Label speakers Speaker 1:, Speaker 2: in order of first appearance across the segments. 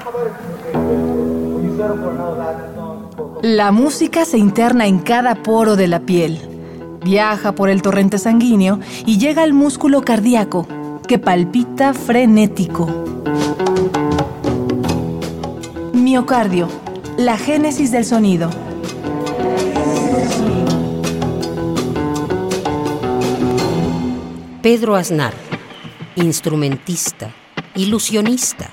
Speaker 1: La música se interna en cada poro de la piel, viaja por el torrente sanguíneo y llega al músculo cardíaco, que palpita frenético. Miocardio, la génesis del sonido.
Speaker 2: Pedro Aznar, instrumentista, ilusionista.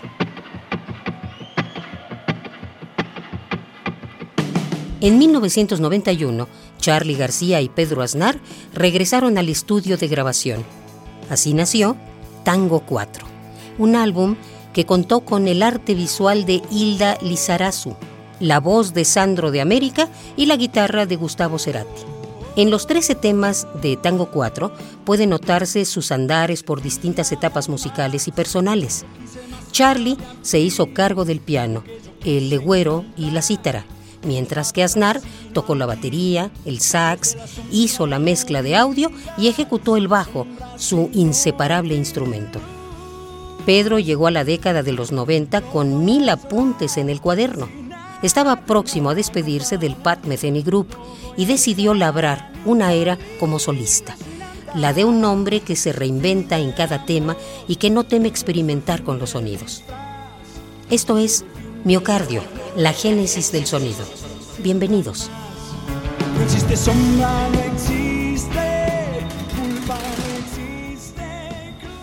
Speaker 2: En 1991, Charly García y Pedro Aznar regresaron al estudio de grabación. Así nació Tango 4, un álbum que contó con el arte visual de Hilda Lizarazu, la voz de Sandro de América y la guitarra de Gustavo Cerati. En los 13 temas de Tango 4 pueden notarse sus andares por distintas etapas musicales y personales. Charly se hizo cargo del piano, el legüero y la cítara, mientras que Aznar tocó la batería, el sax, hizo la mezcla de audio y ejecutó el bajo, su inseparable instrumento. Pedro llegó a la década de los 90 con 1000 apuntes en el cuaderno. Estaba próximo a despedirse del Pat Metheny Group y decidió labrar una era como solista, la de un hombre que se reinventa en cada tema y que no teme experimentar con los sonidos. Esto es Miocardio, la génesis del sonido. Bienvenidos.
Speaker 3: No existe sombra, no existe culpa, no existe cruz.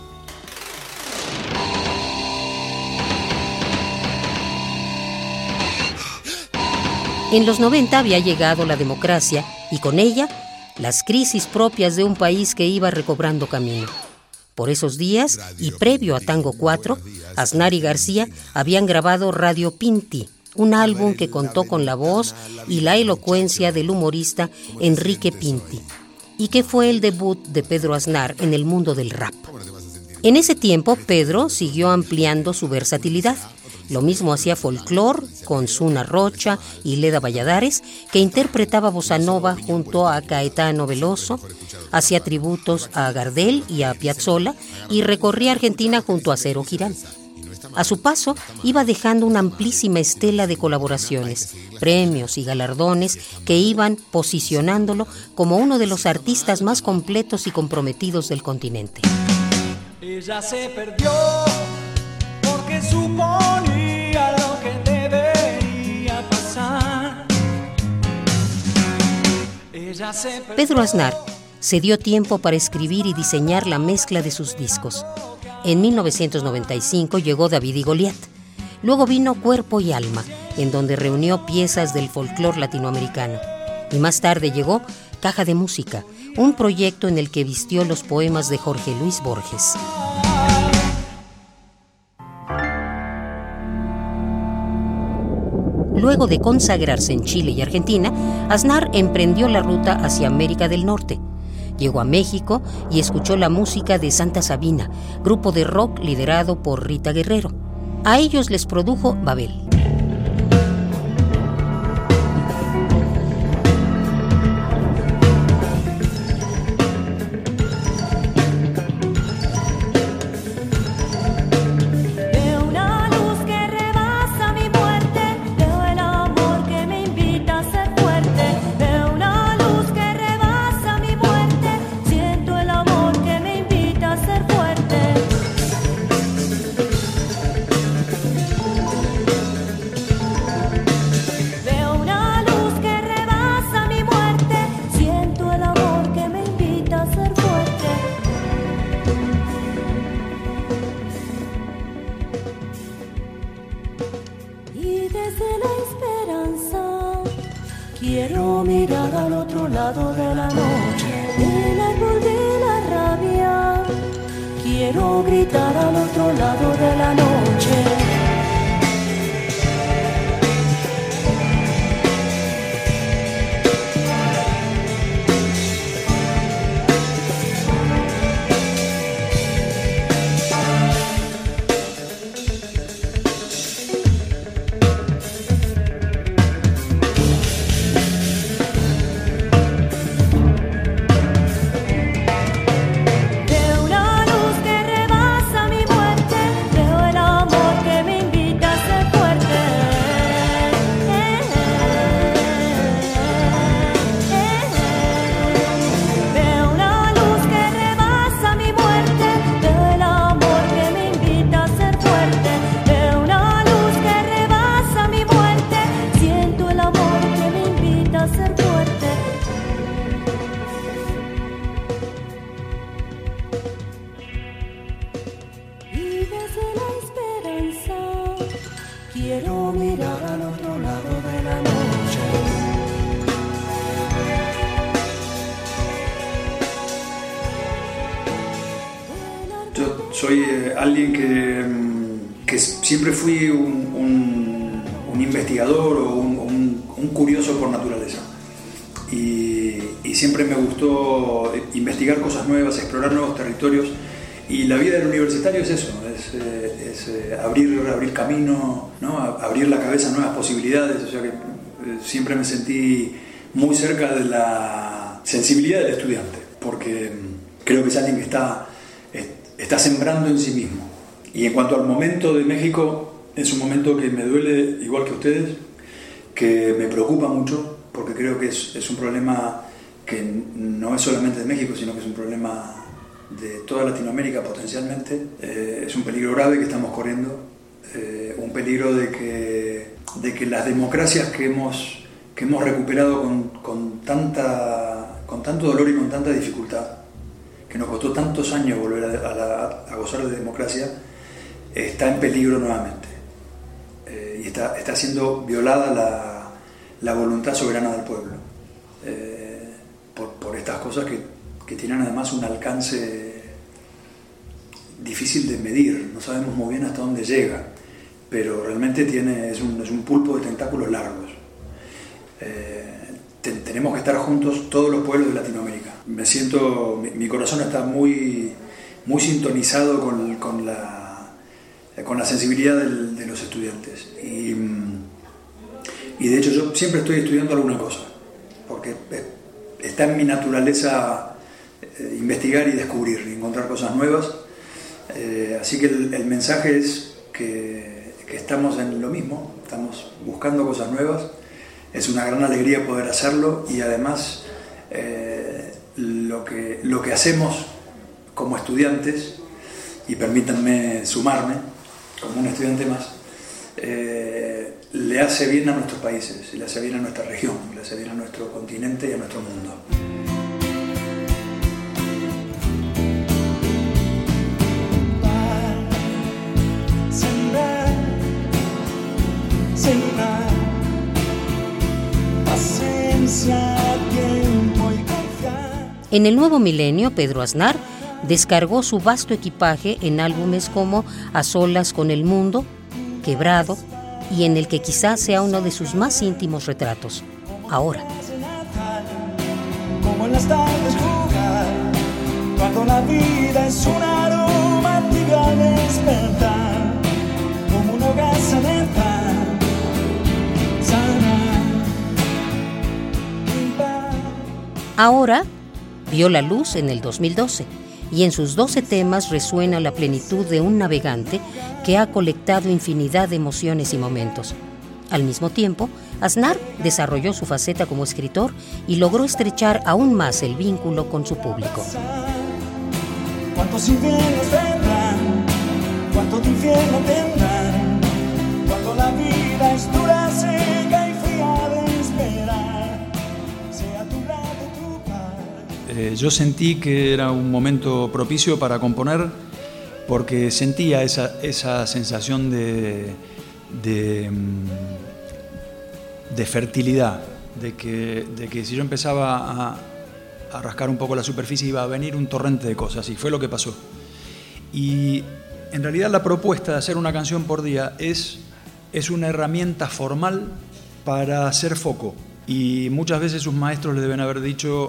Speaker 2: En los 90 había llegado la democracia y con ella las crisis propias de un país que iba recobrando camino. Por esos días, y previo a Tango 4, Aznar y García habían grabado Radio Pinti, un álbum que contó con la voz y la elocuencia del humorista Enrique Pinti, y que fue el debut de Pedro Aznar en el mundo del rap. En ese tiempo, Pedro siguió ampliando su versatilidad. Lo mismo hacía folclore con Zuna Rocha y Leda Valladares, que interpretaba bossa nova junto a Caetano Veloso, hacía tributos a Gardel y a Piazzolla y recorría Argentina junto a Cero Girán. A su paso, iba dejando una amplísima estela de colaboraciones, premios y galardones que iban posicionándolo como uno de los artistas más completos y comprometidos del continente.
Speaker 3: Ella se perdió porque suponía lo que debería pasar.
Speaker 2: Pedro Aznar se dio tiempo para escribir y diseñar la mezcla de sus discos. En 1995 llegó David y Goliat. Luego vino Cuerpo y Alma, en donde reunió piezas del folclore latinoamericano. Y más tarde llegó Caja de Música, un proyecto en el que vistió los poemas de Jorge Luis Borges. Luego de consagrarse en Chile y Argentina, Aznar emprendió la ruta hacia América del Norte. Llegó a México y escuchó la música de Santa Sabina, grupo de rock liderado por Rita Guerrero. A ellos les produjo Babel.
Speaker 4: Quiero mirar al otro lado de la noche, el árbol de la rabia. Quiero gritar al otro lado de la noche. Veo una luz que rebasa mi muerte, veo el amor quiero mirar al otro lado de la noche.
Speaker 5: Yo soy alguien que siempre fui un investigador o un curioso por naturaleza. Y siempre me gustó investigar cosas nuevas, explorar nuevos territorios. Y la vida del universitario es eso, es abrir camino, ¿no? Abrir la cabeza a nuevas posibilidades. O sea que siempre me sentí muy cerca de la sensibilidad del estudiante, porque creo que es alguien que está sembrando en sí mismo. Y en cuanto al momento de México, es un momento que me duele, igual que a ustedes, que me preocupa mucho, porque creo que es un problema que no es solamente de México, sino que es un problema de toda Latinoamérica potencialmente. Es un peligro grave que estamos corriendo, un peligro de que las democracias que hemos recuperado con tanto dolor y con tanta dificultad, que nos costó tantos años volver a gozar de democracia, está en peligro nuevamente. Y está siendo violada la voluntad soberana del pueblo por estas cosas que tienen además un alcance difícil de medir. No sabemos muy bien hasta dónde llega, pero realmente es un pulpo de tentáculos largos. Tenemos que estar juntos todos los pueblos de Latinoamérica. Mi corazón está muy, muy sintonizado con la sensibilidad de los estudiantes. Y de hecho yo siempre estoy estudiando alguna cosa, porque está en mi naturaleza investigar y descubrir, y encontrar cosas nuevas. Así que el mensaje es que estamos en lo mismo, estamos buscando cosas nuevas. Es una gran alegría poder hacerlo, y además lo que hacemos como estudiantes, y permítanme sumarme como un estudiante más, le hace bien a nuestros países, le hace bien a nuestra región, le hace bien a nuestro continente y a nuestro mundo.
Speaker 2: En el nuevo milenio, Pedro Aznar descargó su vasto equipaje en álbumes como A solas con el mundo, Quebrado, y en el que quizás sea uno de sus más íntimos retratos, Ahora.
Speaker 3: Como en las tardes jugar, cuando la vida es un aroma tibio al despertar, como una hogaza lenta, sana, limpa.
Speaker 2: Ahora vio la luz en el 2012 y en sus 12 temas resuena la plenitud de un navegante que ha colectado infinidad de emociones y momentos. Al mismo tiempo, Aznar desarrolló su faceta como escritor y logró estrechar aún más el vínculo con su público.
Speaker 3: ¿Cuántos infiernos vendrán? ¿Cuánto de infierno tendrán? Cuando la vida es dura, seca y fría de esperar, sea tu lado tu paz.
Speaker 5: Yo sentí que era un momento propicio para componer, porque sentía esa sensación de fertilidad, de que si yo empezaba a rascar un poco la superficie iba a venir un torrente de cosas, y fue lo que pasó. Y en realidad la propuesta de hacer una canción por día es una herramienta formal para hacer foco, y muchas veces sus maestros le deben haber dicho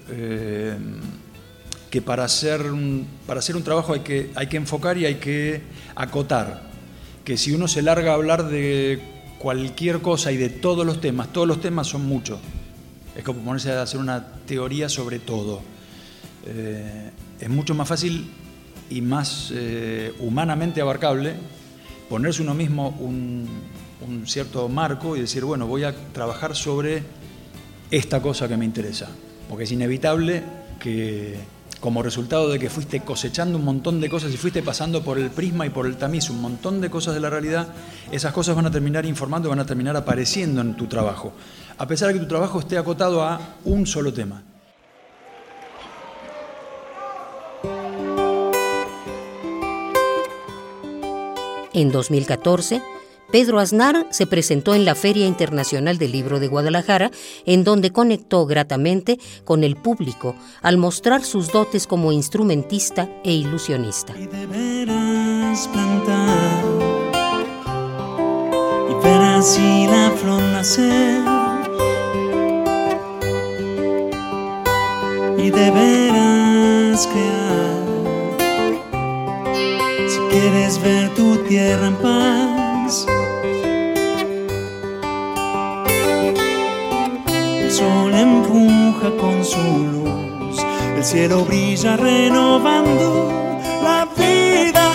Speaker 5: que para hacer un trabajo hay que enfocar y hay que acotar, que si uno se larga a hablar de cualquier cosa y de todos los temas son muchos. Es como ponerse a hacer una teoría sobre todo. Es mucho más fácil y más humanamente abarcable ponerse uno mismo un cierto marco y decir, bueno, voy a trabajar sobre esta cosa que me interesa. Porque es inevitable que, como resultado de que fuiste cosechando un montón de cosas y fuiste pasando por el prisma y por el tamiz un montón de cosas de la realidad, esas cosas van a terminar informando, van a terminar apareciendo en tu trabajo, a pesar de que tu trabajo esté acotado a un solo tema.
Speaker 2: En 2014, Pedro Aznar se presentó en la Feria Internacional del Libro de Guadalajara, en donde conectó gratamente con el público al mostrar sus dotes como instrumentista e ilusionista.
Speaker 3: Y deberás plantar y ver así la flor nacer, y deberás crear si quieres ver tu tierra en paz. El sol empuja con su luz, el cielo brilla renovando la vida.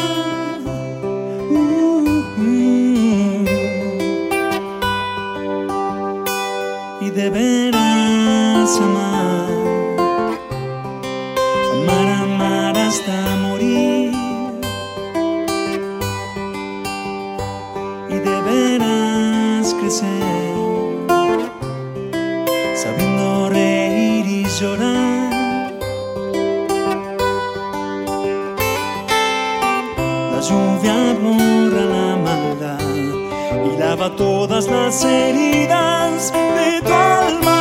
Speaker 3: Y deberás amar, amar, amar hasta morir. Y deberás crecer, sabiendo reír y llorar. La lluvia borra la maldad y lava todas las heridas de tu alma.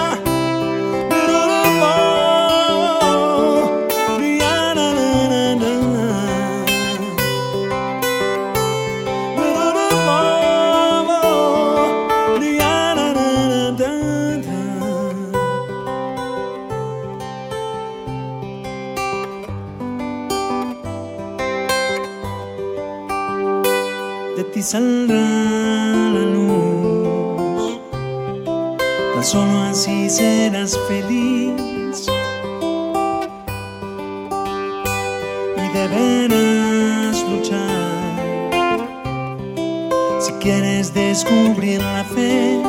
Speaker 3: De ti saldrá la luz, tan solo así serás feliz. Y deberás luchar si quieres descubrir la fe.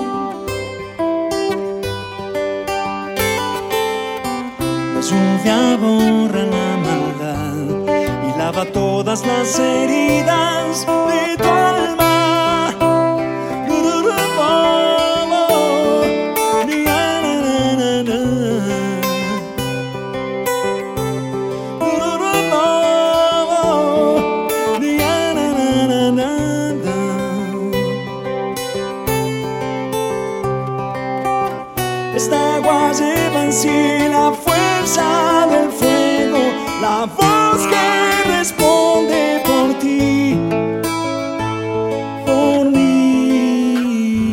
Speaker 3: La lluvia borra la maldad y lava todas las heridas de tu alma. Esta agua lleva en sí la fuerza del fuego, la voz que responde por ti, por mí.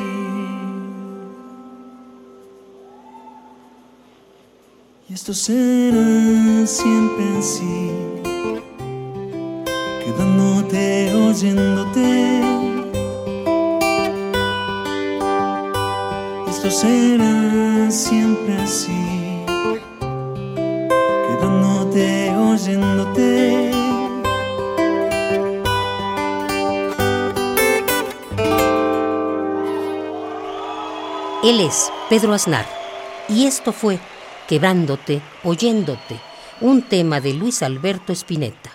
Speaker 3: Y esto será siempre así, quedándote, oyéndote. Esto será siempre así, quedándote, oyéndote.
Speaker 2: Él es Pedro Aznar, y esto fue Quebrándote, oyéndote, un tema de Luis Alberto Spinetta.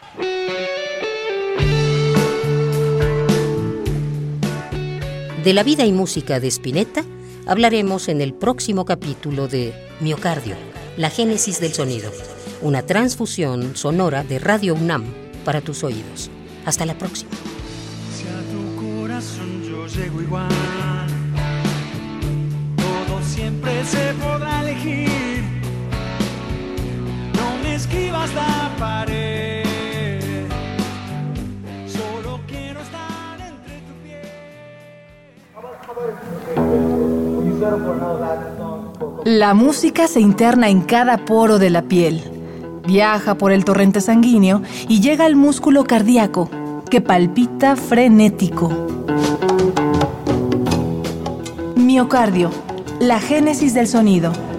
Speaker 2: De la vida y música de Spinetta hablaremos en el próximo capítulo de Miocardio, la génesis del sonido, una transfusión sonora de Radio UNAM para tus oídos. Hasta la próxima.
Speaker 3: Si a tu corazón yo llego igual, todo siempre se podrá elegir. No me esquivas la pared, solo quiero estar entre tu piel.
Speaker 1: La música se interna en cada poro de la piel, viaja por el torrente sanguíneo y llega al músculo cardíaco, que palpita frenético. Miocardio, la génesis del sonido.